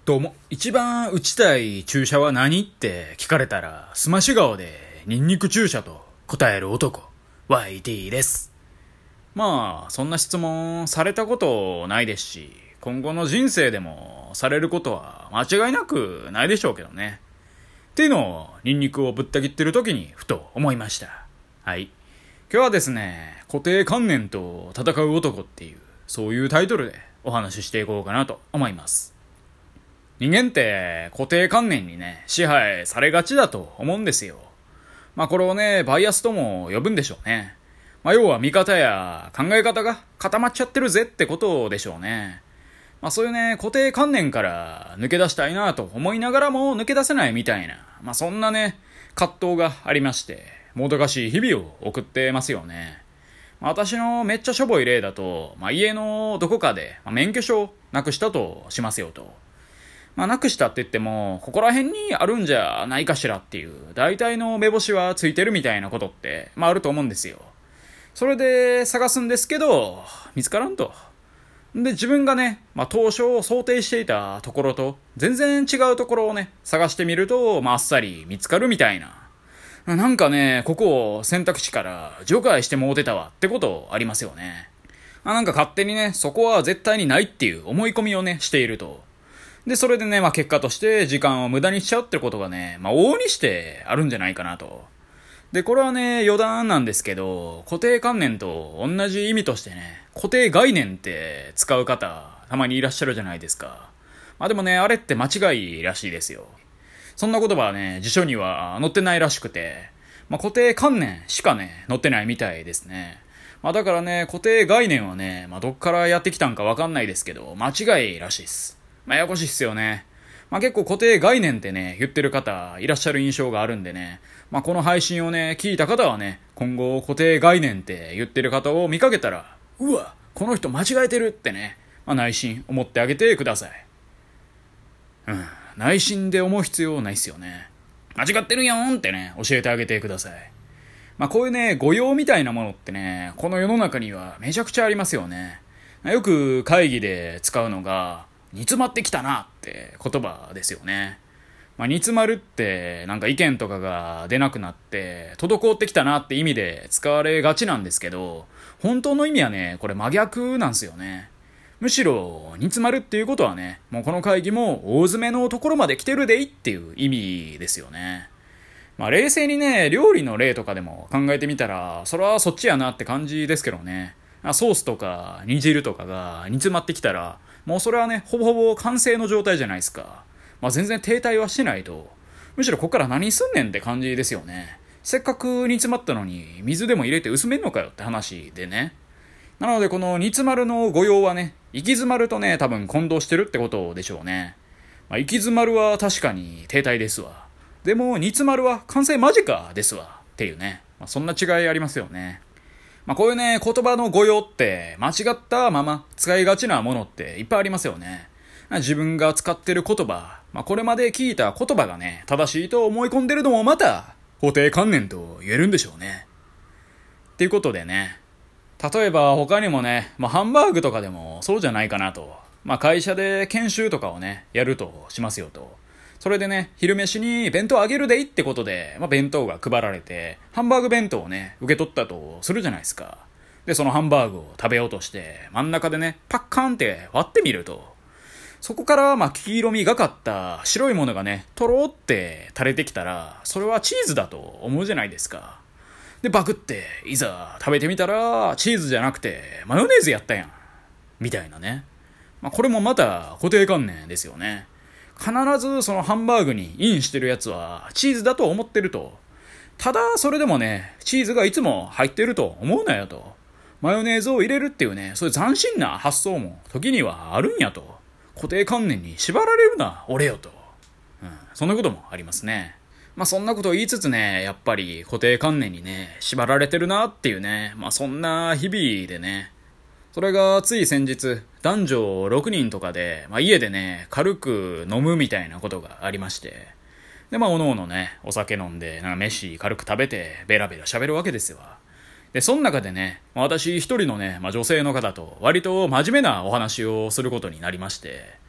どうも、一番打ちたい注射は何って聞かれたら、すまし顔でニンニク注射と答える男、YT です。まあ、そんな質問されたことないですし、今後の人生でもされることは間違いなくないでしょうけどね。っていうのをニンニクをぶった切ってる時にふと思いました。はい。今日はですね、固定観念と戦う男っていう、そういうタイトルでお話ししていこうかなと思います。人間って固定観念にね、支配されがちだと思うんですよ。これをね、バイアスとも呼ぶんでしょうね。要は見方や考え方が固まっちゃってるぜってことでしょうね。そういうね、固定観念から抜け出したいなと思いながらも抜け出せないみたいな、そんなね、葛藤がありまして、もどかしい日々を送ってますよね。私のめっちゃしょぼい例だと、家のどこかで、免許証をなくしたとしますよと。なくしたって言っても、ここら辺にあるんじゃないかしらっていう、大体の目星はついてるみたいなことって、あると思うんですよ。それで探すんですけど、見つからんと。で、自分がね、当初想定していたところと、全然違うところをね、探してみると、あっさり見つかるみたいな。なんかね、ここを選択肢から除外してもうてたわってことありますよね。なんか勝手にね、そこは絶対にないっていう思い込みをね、していると。で、それでね、結果として時間を無駄にしちゃうってことがね、往々にしてあるんじゃないかなと。で、これはね、余談なんですけど、固定観念と同じ意味としてね、固定概念って使う方、たまにいらっしゃるじゃないですか。でもね、あれって間違いらしいですよ。そんな言葉はね、辞書には載ってないらしくて、固定観念しかね、載ってないみたいですね。だからね、固定概念はね、どっからやってきたんかわかんないですけど、間違いらしいです。ややこしいっすよね。結構固定概念ってね、言ってる方いらっしゃる印象があるんでね、この配信をね、聞いた方はね、今後固定概念って言ってる方を見かけたら、うわ、この人間違えてるってね、内心思ってあげてください。内心で思う必要ないっすよね。間違ってるやんってね、教えてあげてください。こういうね、誤用みたいなものってね、この世の中にはめちゃくちゃありますよね。よく会議で使うのが、煮詰まってきたなって言葉ですよね。煮詰まるってなんか意見とかが出なくなって滞ってきたなって意味で使われがちなんですけど、本当の意味はね、これ真逆なんですよね。むしろ煮詰まるっていうことはね、もうこの会議も大詰めのところまで来てるでいっていう意味ですよね。冷静にね、料理の例とかでも考えてみたら、それはそっちやなって感じですけどね。ソースとか煮汁とかが煮詰まってきたら、もうそれはね、ほぼほぼ完成の状態じゃないですか。全然停滞はしてないと。むしろここから何すんねんって感じですよね。せっかく煮詰まったのに、水でも入れて薄めんのかよって話でね。なのでこの煮詰まるの誤用はね、行き詰まるとね、多分混同してるってことでしょうね。行き詰まるは確かに停滞ですわ。でも煮詰まるは完成間近ですわ。っていうね。そんな違いありますよね。こういうね、言葉の誤用って間違ったまま使いがちなものっていっぱいありますよね。自分が使ってる言葉、これまで聞いた言葉がね、正しいと思い込んでるのもまた固定観念と言えるんでしょうね。っていうことでね、例えば他にもね、ハンバーグとかでもそうじゃないかなと。会社で研修とかをね、やるとしますよと。それでね、昼飯に弁当あげるでいってことで、弁当が配られて、ハンバーグ弁当をね、受け取ったとするじゃないですか。で、そのハンバーグを食べようとして、真ん中でね、パッカーンって割ってみると、そこから黄色みがかった白いものがね、とろーって垂れてきたら、それはチーズだと思うじゃないですか。で、バクって、いざ食べてみたら、チーズじゃなくて、マヨネーズやったやん。みたいなね。これもまた固定観念ですよね。必ずそのハンバーグにインしてるやつはチーズだと思ってると。ただそれでもね、チーズがいつも入ってると思うなよと。マヨネーズを入れるっていうね、そういう斬新な発想も時にはあるんやと。固定観念に縛られるな、俺よと。そんなこともありますね。そんなことを言いつつね、やっぱり固定観念にね、縛られてるなっていうね、そんな日々でね。それがつい先日、男女6人とかで、家でね、軽く飲むみたいなことがありまして。で、おのおのね、お酒飲んで、飯軽く食べて、ベラベラ喋るわけですよ。で、その中でね、私一人のね、女性の方と割と真面目なお話をすることになりまして。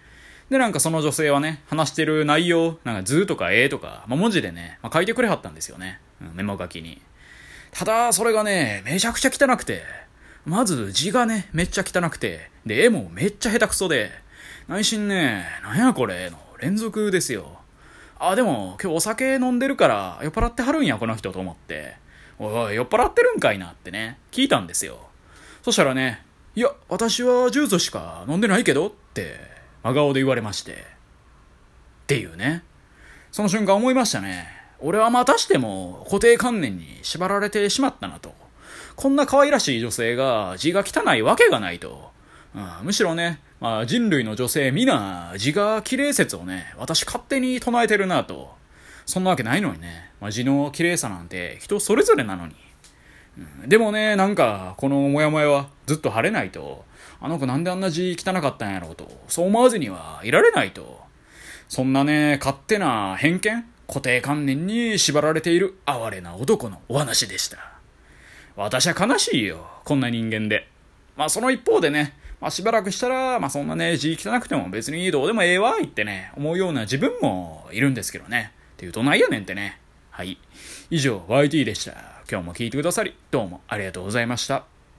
で、なんかその女性はね、話してる内容、なんか図とか絵とか、文字でね、書いてくれはったんですよね。メモ書きに。ただ、それがね、めちゃくちゃ汚くて、まず字がね、めっちゃ汚くて、で、絵もめっちゃ下手くそで、内心ね、なんやこれの連続ですよ。あ、でも、今日お酒飲んでるから酔っ払ってはるんや、この人と思って。おい、酔っ払ってるんかいなってね、聞いたんですよ。そしたらね、いや、私はジュースしか飲んでないけどって、真顔で言われまして。っていうね。その瞬間思いましたね。俺はまたしても固定観念に縛られてしまったなと。こんな可愛らしい女性が字が汚いわけがないと。むしろね、人類の女性皆字が綺麗説をね、私勝手に唱えてるなと。そんなわけないのにね、字の綺麗さなんて人それぞれなのに。でもね、なんかこのモヤモヤはずっと晴れないと、あの子なんであんな字汚かったんやろうと、そう思わずにはいられないと。そんなね、勝手な偏見、固定観念に縛られている哀れな男のお話でした。私は悲しいよ、こんな人間で。その一方でね、しばらくしたら、そんなね、字汚くても別にどうでもええわ、言ってね、思うような自分もいるんですけどね。っていうとなんやねんってね。はい。以上、YT でした。今日も聞いてくださり、どうもありがとうございました。